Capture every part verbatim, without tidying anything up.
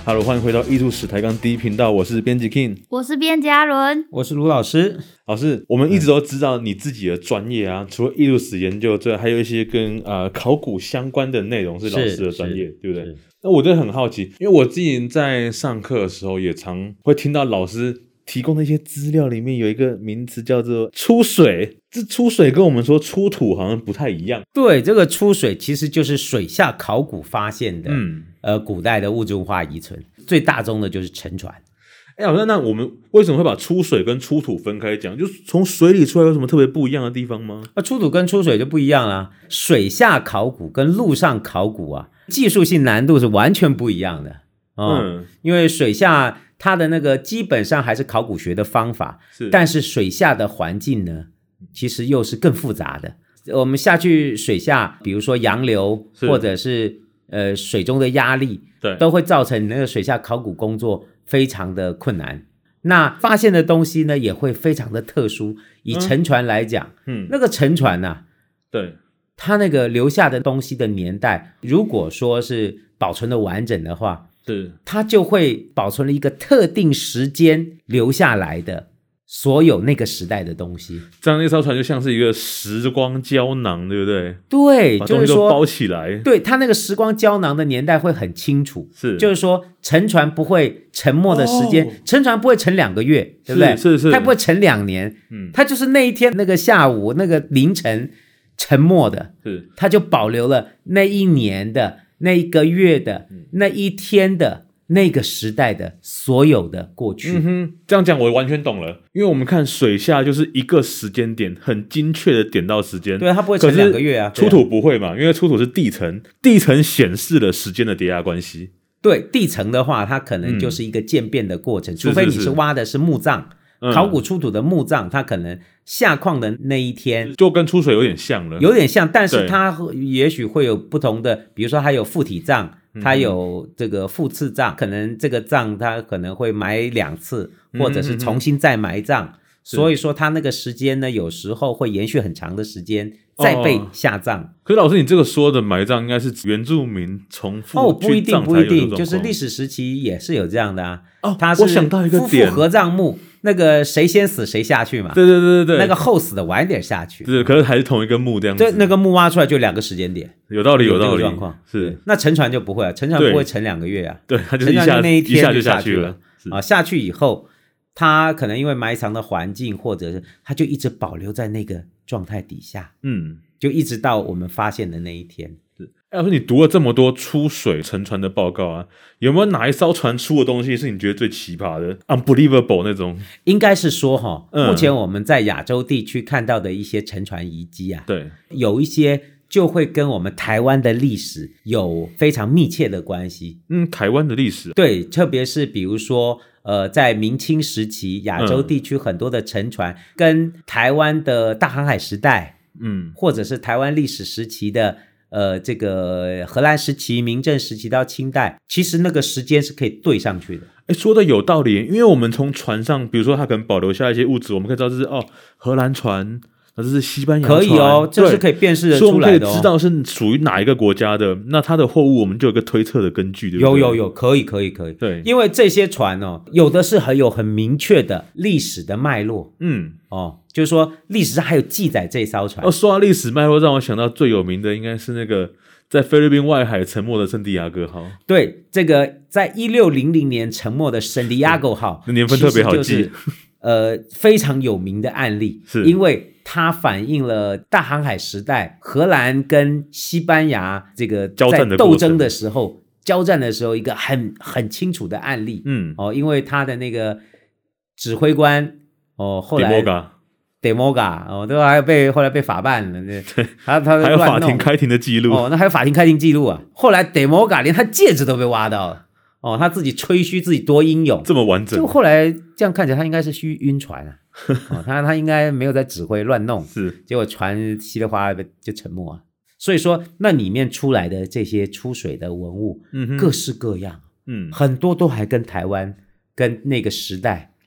Hello， 欢迎回到艺术史抬杠第一频道，我是编辑 King， 我是编辑阿伦， 我是卢老师。 老师，我们一直都知道你自己的专业啊，除了艺术史研究之外，还有一些跟呃考古相关的内容是老师的专业，对不对？那我真的很好奇，因为我之前在上课的时候也常会听到老师提供的一些资料里面有一个名词叫做出水，这出水跟我们说出土好像不太一样。 对，这个出水其实就是水下考古发现的， 嗯， 呃，古代的物质文化遗存，最大宗的就是沉船。 哎，老师，那我们为什么会把出水跟出土分开讲？就是从水里出来有什么特别不一样的地方吗？ 那出土跟出水就不一样啦，水下考古跟陆上考古啊，技术性难度是完全不一样的。哦、嗯，因为水下它的那个基本上还是考古学的方法，是，但是水下的环境呢，其实又是更复杂的。我们下去水下，比如说洋流，或者是呃水中的压力，对，都会造成你那个水下考古工作非常的困难。那发现的东西呢，也会非常的特殊。以沉船来讲，嗯，那个沉船啊， 对， 它那个留下的东西的年代，如果说是保存的完整的话， 是， 它就会保存了一个特定时间留下来的所有那个时代的东西。 这样那艘船就像是一个时光胶囊，对不对？ 对， 把就是说包起来。 对，它那个时光胶囊的年代会很清楚， 是， 就是说沉船不会沉没的时间，哦、沉船不会沉两个月，对不对？ 是是是， 它不会沉两年，嗯，它就是那一天那个下午那个凌晨沉没的， 是， 它就保留了那一年的。那一个月的、嗯、那一天的那个时代的所有的过去。 嗯哼，这样讲我完全懂了，因为我们看水下就是一个时间点，很精确的点到时间。 对，它不会沉两个月啊。 出土不会嘛，因为出土是地层，地层显示了时间的叠加关系。 对，地层的话，它可能就是一个渐变的过程，嗯、除非你是挖的是墓葬。是是是，考古出土的墓葬，它可能下矿的那一天就跟出水有点像了， 有点像，但是它也许会有不同的，比如说它有附体葬，它有这个复次葬，可能这个葬它可能会埋两次，或者是重新再埋葬，嗯、所以说它那个时间呢，有时候会延续很长的时间。再被下葬、哦， 可是老师，你这个说的埋葬应该是原住民重复哦，不一定，不一定，就是历史时期也是有这样的啊。 哦， 它是我想到一个点， 夫妇合葬墓，那个谁先死谁下去嘛。 对对对对对， 那个后死的晚点下去。 对，可是还是同一个墓这样子。 对，那个墓挖出来就两个时间点， 有道理，有道理。 状况是， 那沉船就不会啊，沉船不会沉两个月啊。 对，它就是一下那一天就下去了啊，下去以后，它可能因为埋藏的环境，或者是它就一直保留在那个状态底下。嗯。就一直到我们发现的那一天。 要是你读了这么多出水沉船的报告啊，有没有哪一艘船出的东西是你觉得最奇葩的 unbelievable 那种？ 应该是说哈、嗯，目前我们在亚洲地区看到的一些沉船遗迹啊， 对， 有一些就会跟我们台湾的历史有非常密切的关系。 嗯，台湾的历史， 对，特别是比如说呃，在明清时期，亚洲地区很多的沉船、嗯、跟台湾的大航海时代。嗯，或者是台湾历史时期的呃，这个荷兰时期、明郑时期到清代，其实那个时间是可以对上去的。 哎，说的有道理，因为我们从船上，比如说它可能保留下一些物质，我们可以知道这是哦荷兰船，这是西班牙船， 可以哦，这是可以辨识得出来的、哦， 所以我们可以知道是属于哪一个国家的，那它的货物我们就有一个推测的根据，对不对？ 有有有，可以可以可以， 对， 因为这些船哦，有的是很有很明确的历史的脉络，嗯，哦。就是说，历史上还有记载这艘船。 哦，说到历史脉络，让我想到最有名的应该是那个在菲律宾外海沉没的圣地亚哥号。 对，这个在一六零零年沉没的圣地亚哥号， 那年份特别好记， 就是呃非常有名的案例， 是因为它反映了大航海时代荷兰跟西班牙这个在斗争的时候交战的时候一个很很清楚的案例。嗯，哦，因为他的那个指挥官哦，后来。Demoga 哦，对吧？还被后来被法办了，对，他他还有法庭开庭的记录哦，那还有法庭开庭记录啊。后来 Demoga 连他戒指都被挖到了哦，他自己吹嘘自己多英勇， 这么完整。 就后来这样看起来，他应该是虚晕船啊，哦、他他应该没有在指挥乱弄， 是， 结果船稀里哗啦就沉没啊。所以说，那里面出来的这些出水的文物，嗯，各式各样，嗯，很多都还跟台湾跟那个时代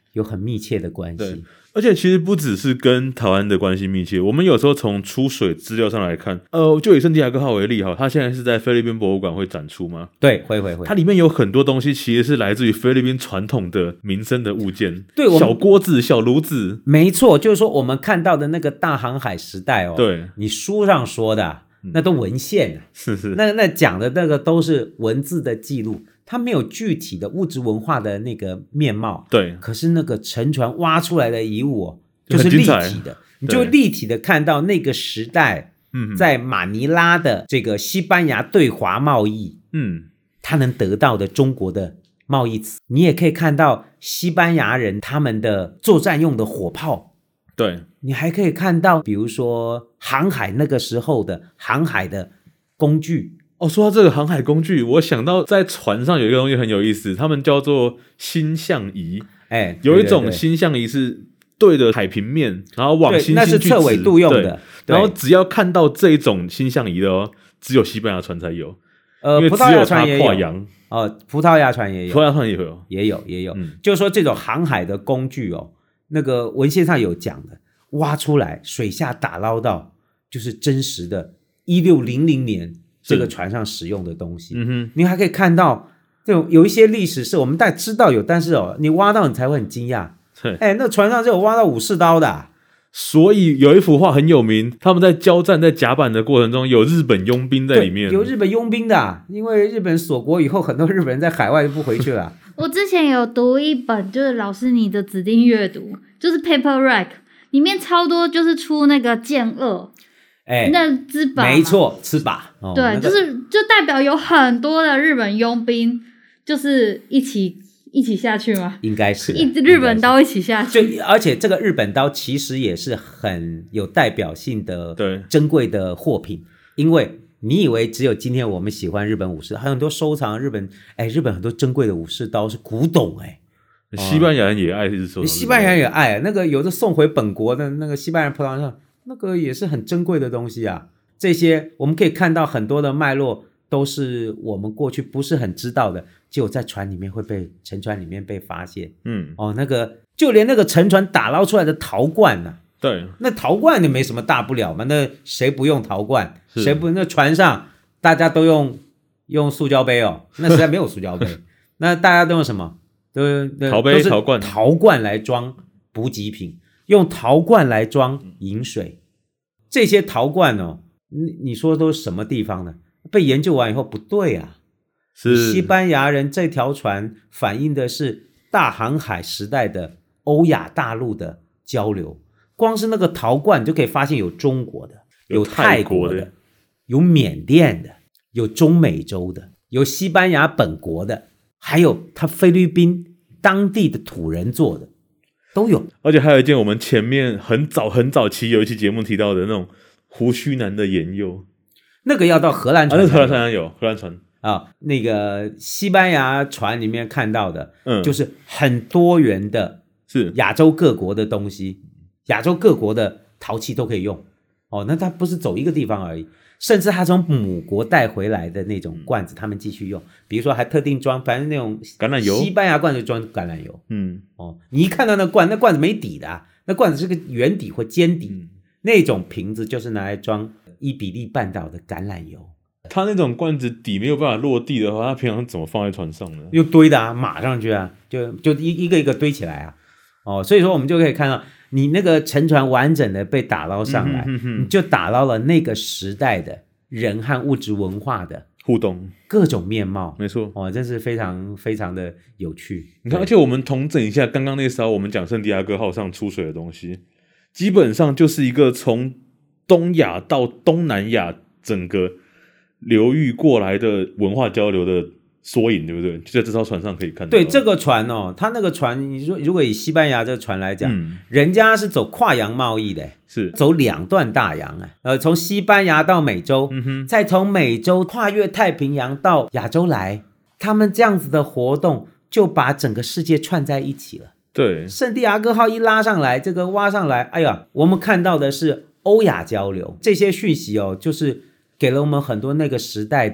有很密切的关系。 而且其实不只是跟台湾的关系密切，我们有时候从出水资料上来看，呃，就以圣地亚哥号为例哈，它现在是在菲律宾博物馆会展出吗？ 对，会会会。 它里面有很多东西其实是来自于菲律宾传统的民生的物件， 对， 小锅子、小炉子， 没错，就是说我们看到的那个大航海时代哦， 对， 你书上说的那都文献， 是是， 那那讲的那个都是文字的记录。它没有具体的物质文化的那个面貌， 对。 可是那个沉船挖出来的遗物哦，就是立体的，你就立体的看到那个时代，在马尼拉的这个西班牙对华贸易，嗯，他能得到的中国的贸易词，你也可以看到西班牙人他们的作战用的火炮， 对， 你还可以看到，比如说航海那个时候的航海的工具。 哦，说到这个航海工具，我想到在船上有一个东西很有意思，他们叫做星象仪。 哎， 有一种星象仪是对着海平面，然后往星星去指， 那是测纬度用的。 然后只要看到这一种星象仪的哦，只有西班牙船才有。 呃，葡萄牙船也有。 洋哦，葡萄牙船也有， 葡萄牙船也有， 也有也有。嗯，就是说这种航海的工具哦，那个文献上有讲的，挖出来水下打捞到，就是真实的一六零零年。这个船上使用的东西，嗯哼，你还可以看到这种有一些历史是我们大概知道有，但是哦，你挖到你才会很惊讶。对，哎，那船上就有挖到武士刀的、啊， 所以有一幅画很有名，他们在交战在甲板的过程中，有日本佣兵在里面， 有日本佣兵的、啊，因为日本锁国以后，很多日本人在海外就不回去了。 我之前有读一本，就是老师你的指定阅读，就是 Paper Rack， 里面超多就是出那个剑鳄。 哎， 那只把没错，吃把、 哦、对、那个，就是就代表有很多的日本佣兵，就是一起一起下去吗？ 应该是一日本刀一起下去， 就而且这个日本刀其实也是很有代表性的、 对珍贵的货品，因为你以为只有今天我们喜欢日本武士，还有很多收藏日本，哎，日本很多珍贵的武士刀是古董，哎。 西班牙人也爱是收藏， 西班牙人也爱那个有的送回本国的那个西班牙葡萄牙。那个也是很珍贵的东西啊，这些我们可以看到很多的脉络都是我们过去不是很知道的，结果在船里面会被沉船里面被发现。嗯，哦，那个就连那个沉船打捞出来的陶罐呢、啊， 对， 那陶罐那没什么大不了嘛，那谁不用陶罐？谁不？那船上大家都用用塑胶杯哦，那实在没有塑胶杯，那大家都用什么？都陶杯、陶罐、 陶罐来装补给品。用陶罐来装饮水，这些陶罐哦，你你说都是什么地方呢？被研究完以后不对啊，是西班牙人这条船反映的是大航海时代的欧亚大陆的交流，光是那个陶罐就可以发现有中国的，有泰国的，有缅甸的，有中美洲的，有西班牙本国的，还有他菲律宾当地的土人做的。都有， 而且还有一件我们前面很早很早期有一期节目提到的那种胡须男的研究， 那个要到荷兰船， 啊，那荷兰船有荷兰船啊，那个西班牙船里面看到的，嗯，就是很多元的， 是亚洲各国的东西，亚洲各国的陶器都可以用，哦，那它不是走一个地方而已。甚至他从母国带回来的那种罐子，他们继续用，比如说还特定装，反正那种橄榄油， 西班牙罐子装橄榄油，嗯，哦，你一看到那罐，那罐子没底的、啊，那罐子是个圆底或尖底，嗯、那种瓶子就是拿来装伊比利半岛的橄榄油。 它那种罐子底没有办法落地的话，它平常怎么放在船上呢？ 用堆的啊，码上去啊，就就一一个一个堆起来啊，哦，所以说我们就可以看到。你那个沉船完整的被打捞上来、嗯哼哼，你就打捞了那个时代的人和物质文化的互动各种面貌， 没错， 哦，真是非常非常的有趣。 你看，而且我们统整一下刚刚那艘我们讲圣地亚哥号上出水的东西，基本上就是一个从东亚到东南亚整个流域过来的文化交流的缩影，对不对？就在这艘船上可以看到。 对，这个船哦，它那个船，你说如果以西班牙这个船来讲、嗯，人家是走跨洋贸易的， 是走两段大洋啊，呃，从西班牙到美洲、嗯，再从美洲跨越太平洋到亚洲来，他们这样子的活动就把整个世界串在一起了。 对， 圣地亚哥号一拉上来，这个挖上来，哎呀，我们看到的是欧亚交流，这些讯息哦，就是给了我们很多那个时代的。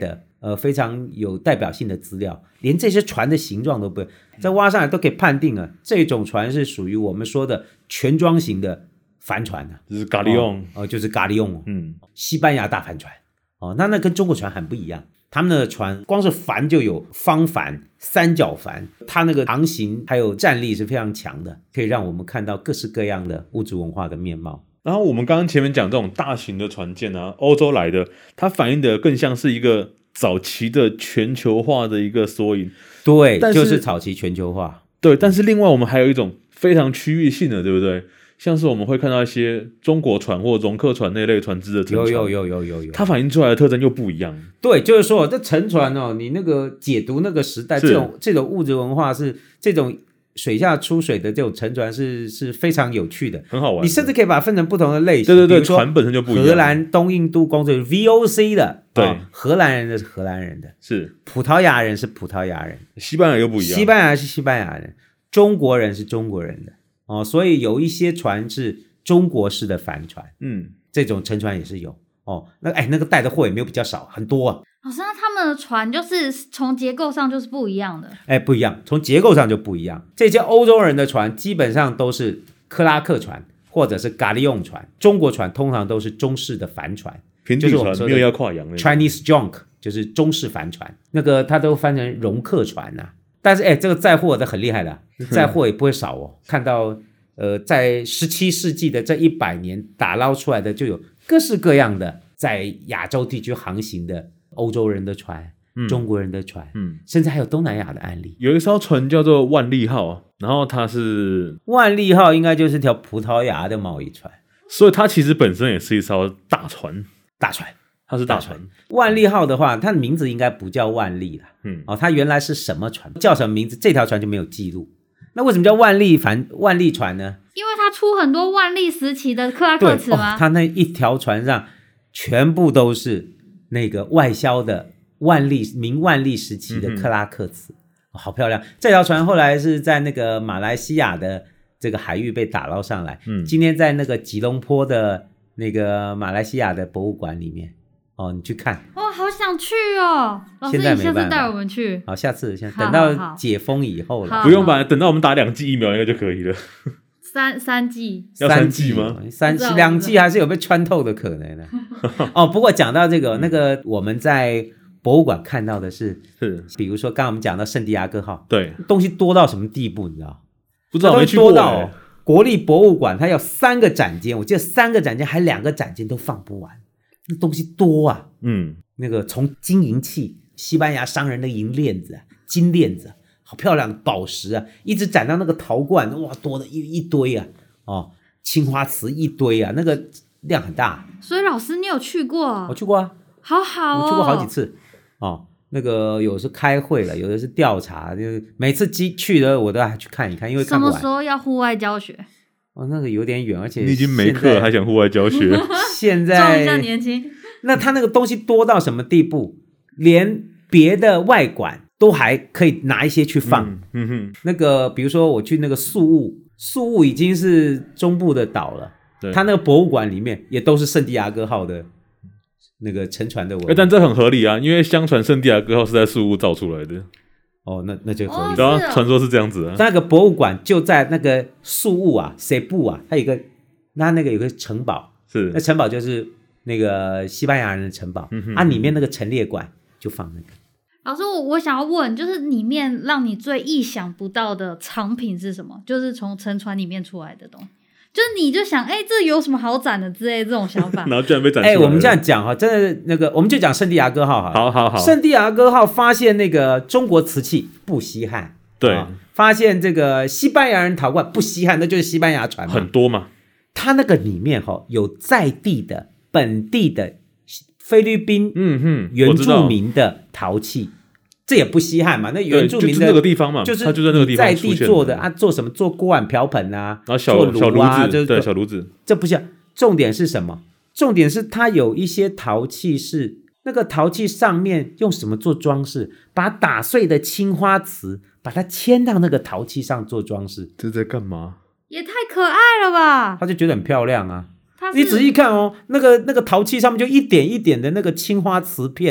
呃非常有代表性的资料，连这些船的形状都不在挖上来都可以判定了，这种船是属于我们说的全装型的帆船啊， 就是咖喱用哦、呃，就是咖喱用， 嗯， 西班牙大帆船哦，那那跟中国船很不一样，他们的船光是帆就有方帆、三角帆，它那个航行还有战力是非常强的，可以让我们看到各式各样的物质文化的面貌。 然后我们刚刚前面讲这种大型的船舰啊，欧洲来的，它反映的更像是一个早期的全球化的一个缩影。 对， 是就是早期全球化。 对，但是另外我们还有一种非常区域性的，对不对？像是我们会看到一些中国船或容客船那类船只的沉船， 有有有有有有， 它反映出来的特征又不一样。 对，就是说这沉船哦，你那个解读那个时代，这种这种物质文化是这种水下出水的这种沉船是是非常有趣的， 很好玩。 你甚至可以把它分成不同的类型， 对对对，船本身就不一样。 荷兰东印度公司 V O C 的， 对、 哦，荷兰人的是荷兰人的， 是葡萄牙人是葡萄牙人， 西班牙又不一样， 西班牙是西班牙人，中国人是中国人的哦，所以有一些船是中国式的帆船， 嗯， 这种沉船也是有哦。那哎，那个带的货也没有比较少，很多啊。 老师，那他们的船就是从结构上就是不一样的。 哎，不一样，从结构上就不一样。这些欧洲人的船基本上都是克拉克船或者是咖喱用船，中国船通常都是中式的帆船， 平底船没有要跨洋的 Chinese junk， 就是中式帆船，那个它都翻成容客船啊。但是哎，这个载货的很厉害的，载货也不会少哦。看到呃，在十七世纪的这一百年打捞出来的，就有各式各样的在亚洲地区航行的欧洲人的船、嗯、中国人的船，嗯，甚至还有东南亚的案例。 有一艘船叫做万利号，然后它是万利号，应该就是条葡萄牙的贸易船， 所以它其实本身也是一艘大船， 大船。 它是大船。 万利号的话，它的名字应该不叫万利啦，嗯，哦，它原来是什么船，叫什么名字，这条船就没有记录。那为什么叫万利帆万利船呢？ 因为它出很多万历时期的克拉克词吗？ 哦，它那一条船上全部都是那个外销的万历明万历时期的克拉克词，嗯哦，好漂亮。这条船后来是在那个马来西亚的这个海域被打捞上来，嗯，今天在那个吉隆坡的那个马来西亚的博物馆里面。哦，你去看， 哦，好想去哦！老师，你下次带我们去。 好，下次先等到解封以后了， 不用吧？等到我们打两剂疫苗应该就可以了。 三三剂， 要三剂吗？ 三剂两剂还是有被穿透的可能的。哦，不过讲到这个，那个我们在博物馆看到的是，是比如说刚刚我们讲到圣地亚哥号， 对， 东西多到什么地步？你知道？ 不知道，没去过。 多到哦，国立博物馆它有三个展间，我记得三个展间还两个展间都放不完。那东西多啊，嗯，那个从金银器，西班牙商人的银链子、啊、金链子、啊，好漂亮的宝石啊，一直展到那个陶罐，哇，多的一一堆啊，哦，青花瓷一堆啊，那个量很大。 所以老师，你有去过？ 我去过啊， 好好哦， 我去过好几次哦。那个有的是开会了，有的是调查，就是每次去的我都要去看一看，因为看不完。 什么时候要户外教学？ 哦，那个有点远，而且你已经没课了，还想户外教学？ 现在装一下年轻。 那他那个东西多到什么地步？连别的外馆都还可以拿一些去放。嗯嗯哼，那个比如说我去那个宿务，宿务已经是中部的岛了，他那个博物馆里面也都是圣地亚哥号的那个沉船的文。 但这很合理啊，因为相传圣地亚哥号是在宿务造出来的。 哦，那那就合理。 对啊，传说是这样子啊。 那个博物馆就在那个宿务啊，塞布啊，它有一个，那那个有个城堡， 是那城堡就是那个西班牙人的城堡，嗯、啊，里面那个陈列馆就放那个。 老师，我我想要问，就是里面让你最意想不到的藏品是什么？就是从沉船里面出来的东西。就是你就想，哎、欸，这有什么好展的之类的这种想法， 然后居然被展出来了。 哎、欸，我们这样讲哈，真的那个，我们就讲圣地亚哥号哈。 好好好。 圣地亚哥号发现那个中国瓷器不稀罕， 对、 啊，发现这个西班牙人陶罐不稀罕，那就是西班牙船嘛， 很多嘛。 它那个里面哈有在地的本地的菲律宾嗯哼原住民的陶器。这也不稀罕嘛，那原住民的就是那个地方嘛， 就是他就在那个地方在地做的啊，做什么做锅碗瓢盆啊， 然后小做炉啊， 小炉子，对，小炉子， 这不像。重点是什么？重点是它有一些陶器是那个陶器上面用什么做装饰？把打碎的青花瓷，把它嵌到那个陶器上做装饰。 这在干嘛？ 也太可爱了吧！ 他就觉得很漂亮啊。你仔细看哦，那个那个陶器上面就一点一点的那个青花瓷片。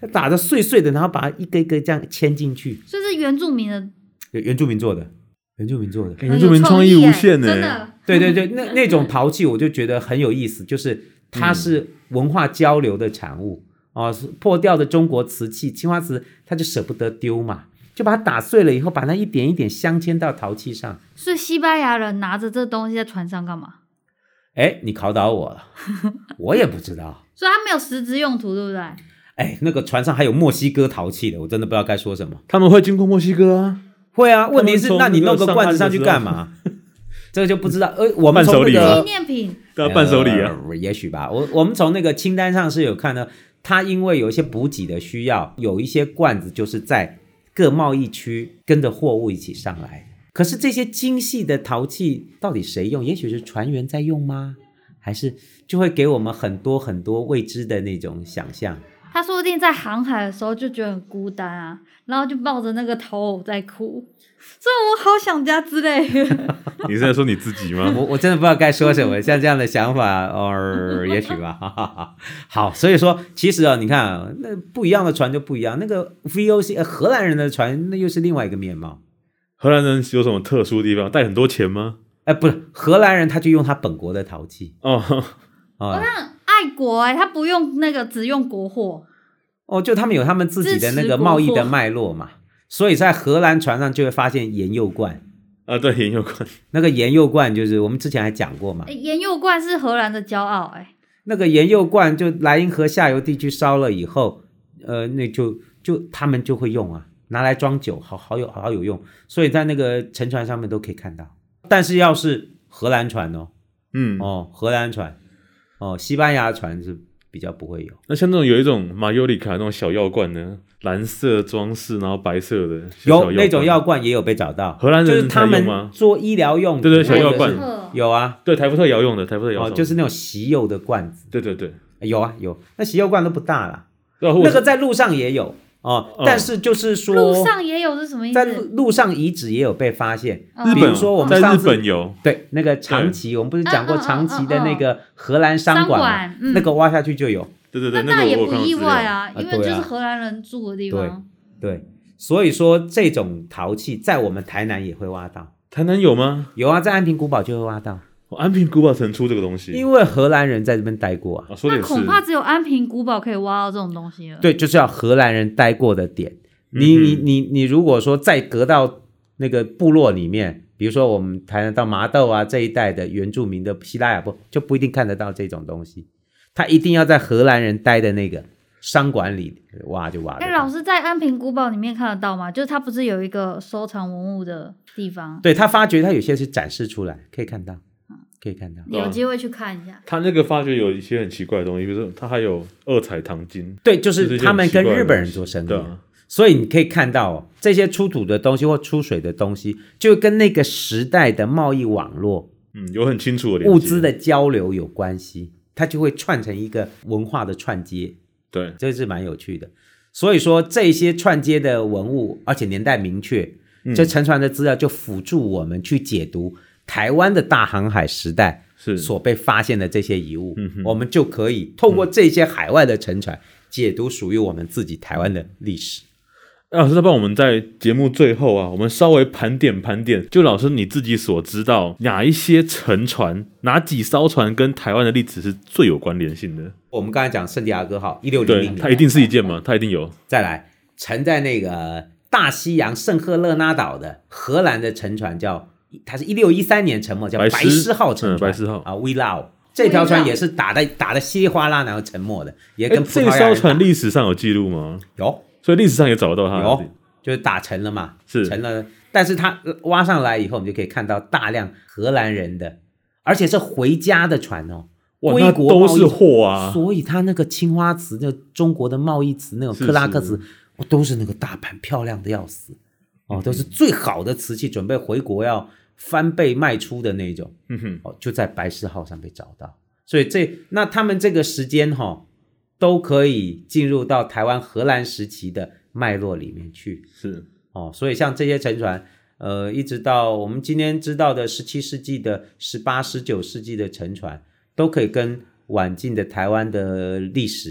打得碎碎的，然后把它一个一个这样牵进去。 所以是原住民的， 原住民做的，原住民做的， 原住民创意无限呢、 真的。 对对对，那那种陶器我就觉得很有意思，就是它是文化交流的产物。哦，破掉的中国瓷器，青花瓷，它就舍不得丢嘛，就把它打碎了以后，把它一点一点镶嵌到陶器上。 所以西班牙人拿着这东西在船上干嘛？ 哎，你考倒我了，我也不知道。 所以它没有实质用途，对不对？ 哎，那个船上还有墨西哥陶器的，我真的不知道该说什么。 他们会经过墨西哥啊？ 会啊，问题是，那你弄个罐子上去干嘛？这个就不知道。呃，我们从那个纪念品， 对啊，伴手礼啊、 呃，也许吧。我我们从那个清单上是有看到。它因为有一些补给的需要，有一些罐子就是在各贸易区跟着货物一起上来。可是这些精细的陶器到底谁用？也许是船员在用吗？还是就会给我们很多很多未知的那种想象。 他说不定在航海的时候就觉得很孤单啊，然后就抱着那个陶偶在哭，所以我好想家之类的。 你是在说你自己吗？ 我我真的不知道该说什么，像这样的想法，哦，也许吧。好，所以说其实啊，你看啊，那不一样的船就不一样。那个 V O C 荷兰人的船，那又是另外一个面貌。 荷兰人有什么特殊的地方？带很多钱吗？ 哎，不是，荷兰人他就用他本国的陶器。 哦， 我看爱国哎、欸，他不用那个，只用国货。 哦，就他们有他们自己的那个贸易的脉络嘛，所以在荷兰船上就会发现盐釉罐啊，对，盐釉罐， 那个盐釉罐就是我们之前还讲过嘛， 盐釉罐是荷兰的骄傲哎、欸， 那个盐釉罐就莱茵河下游地区烧了以后，呃，那就就他们就会用啊，拿来装酒，好好有好有用，所以在那个沉船上面都可以看到。但是要是荷兰船哦， 嗯， 哦，荷兰船，哦，西班牙船是比较不会有。 那像那种有一种马尤里卡那种小药罐呢，蓝色装饰，然后白色的小小有那种药罐也有被找到， 荷兰人就是他们做医疗用的， 对对，小药罐有啊， 对，台福特窑用的，台福特窑、 哦、就是那种习釉的罐子， 对对对， 有啊有，那习釉罐都不大啦， 那个在路上也有。哦，但是就是说， 路上也有是什么意思？ 在路上遗址也有被发现， 日比如说我们上次在日本有对那个长崎，我们不是讲过长崎的那个荷兰商馆吗？ 嗯、 那个挖下去就有。 对对对， 那那也不意外啊， 那因为就是荷兰人住的地方。 对，对所以说这种陶器在我们台南也会挖到。 台南有吗？ 有啊，在安平古堡就会挖到。 安平古堡曾出这个东西， 因为荷兰人在这边待过啊。 哦、说那恐怕只有安平古堡可以挖到这种东西了。 对，就是要荷兰人待过的点。你你你你如果说再隔到那个部落里面，比如说我们台南到麻豆啊这一带的原住民的西拉雅部，就不一定看得到这种东西。他一定要在荷兰人待的那个商馆里挖就挖。 哎，老师在安平古堡里面看得到吗？就是它不是有一个收藏文物的地方？ 对，他发掘他有些是展示出来，可以看到，可以看到。 你有机会去看一下。 他那个发掘有一些很奇怪的东西，比如说他还有二彩糖金。 对，就是他们跟日本人做生意。所以你可以看到、哦、这些出土的东西或出水的东西，就跟那个时代的贸易网络， 嗯，有很清楚的连接， 物资的交流有关系，它就会串成一个文化的串接。 对， 这是蛮有趣的。所以说这些串接的文物，而且年代明确， 嗯、 这沉船的资料就辅助我们去解读台湾的大航海时代所被发现的这些遗物， 嗯、 我们就可以透过这些海外的沉船、嗯、解读属于我们自己台湾的历史。 老师，要不然我们在节目最后啊，我们稍微盘点盘点，就老师你自己所知道哪一些沉船，哪几艘船跟台湾的历史是最有关联性的？ 我们刚才讲圣地亚哥号一六零零年， 它一定是一件嘛，它一定有。 再来，沉在那个大西洋圣赫勒拿岛的荷兰的沉船叫，它是一六一三年沉没，叫白狮号沉船， 嗯、白狮号啊 ，We Lao。这条船也是打的打的稀里哗啦，然后沉没的，也跟葡萄牙人打。 这艘船历史上有记录吗？ 有。 所以历史上也找得到它， 有，就是打沉了嘛， 是沉了，但是它挖上来以后，你就可以看到大量荷兰人的，而且是回家的船哦， 哇，那都是货啊， 所以它那个青花瓷，那中国的贸易瓷那种克拉克瓷，哦，都是那个大盘漂亮的要死，哦，都是最好的瓷器，准备回国要翻倍卖出的那种， 嗯哼， 哦，就在白狮号上被找到，所以这那他们这个时间哈、哦。都可以进入到台湾荷兰时期的脉络里面去， 是哦，所以像这些沉船，呃，一直到我们今天知道的十七世纪的、十八、十九世纪的沉船，都可以跟晚近的台湾的历史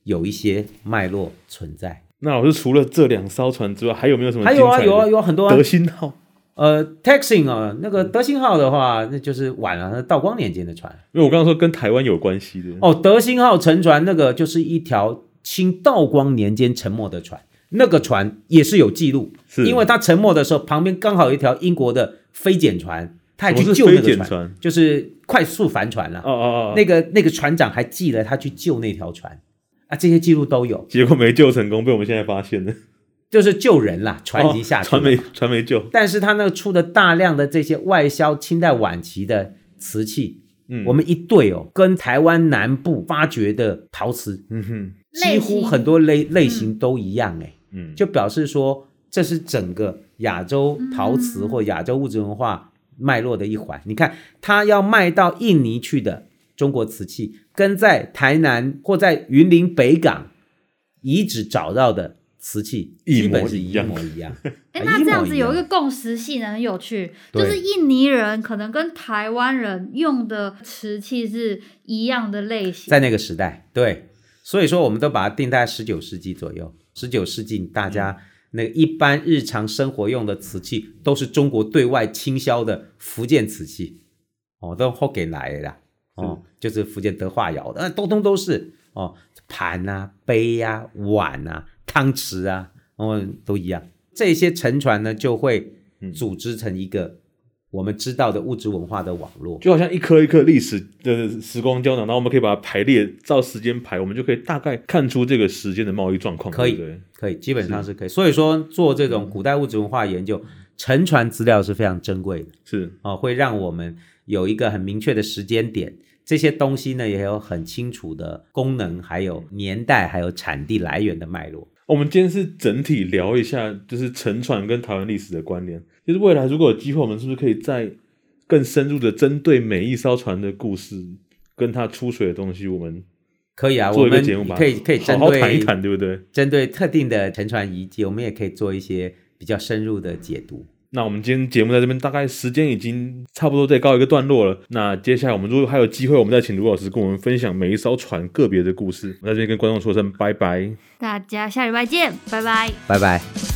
有一些脉络存在。 那老师除了这两艘船之外，还有没有什么？ 还有啊，有啊，有很多、啊。 德兴号， 呃 ，Texing 啊，那个德兴号的话，那就是晚了道光年间的船。 因为我刚刚说跟台湾有关系的。 哦，德兴号沉船那个就是一条清道光年间沉没的船，那个船也是有记录，因为它沉没的时候旁边刚好有一条英国的飞检船，他也去救那个 船, 船，就是快速帆船了、啊。哦哦哦，那个那个船长还记得他去救那条船啊，这些记录都有。 结果没救成功，被我们现在发现了。 就是救人啦，船已经下去了、哦、 船没船没救。 但是他那个出的大量的这些外销清代晚期的瓷器，嗯，我们一对哦，跟台湾南部发掘的陶瓷，嗯哼，几乎很多类类型都一样哎，嗯，就表示说这是整个亚洲陶瓷或亚洲物质文化脉络的一环。你看，它要卖到印尼去的中国瓷器，跟在台南或在云林北港遗址找到的瓷器基本是一模一样。 哎，那这样子有一个共识性很有趣，就是印尼人可能跟台湾人用的瓷器是一样的类型， 在那个时代，对，所以说我们都把它定在十九世纪左右。十九世纪大家那个一般日常生活用的瓷器都是中国对外倾销的福建瓷器，哦，都后给来的啦，哦，就是福建德化窑的，呃，通通都是哦，盘啊、杯啊、碗啊、汤匙啊，哦，都一样。这些沉船呢，就会组织成一个我们知道的物质文化的网络， 就好像一颗一颗历史的时光胶囊，然后我们可以把它排列，照时间排，我们就可以大概看出这个时间的贸易状况。 可以， 对对， 可以，基本上是可以。所以说，做这种古代物质文化研究，沉船资料是非常珍贵的， 是哦，会让我们有一个很明确的时间点。这些东西呢，也有很清楚的功能，还有年代，还有产地来源的脉络。 我们今天是整体聊一下，就是沉船跟台湾历史的关联。就是未来如果有机会，我们是不是可以再更深入的针对每一艘船的故事，跟它出水的东西，我们可以啊， 做一个节目吧， 可以可以针对好好谈一谈，对不对？ 针对特定的沉船遗迹，我们也可以做一些比较深入的解读。 那我们今天节目在这边大概时间已经差不多再告一个段落了。那接下来我们如果还有机会，我们再请卢老师跟我们分享每一艘船个别的故事。我们在这边跟观众说声拜拜， 大家下礼拜见，拜拜， 拜拜。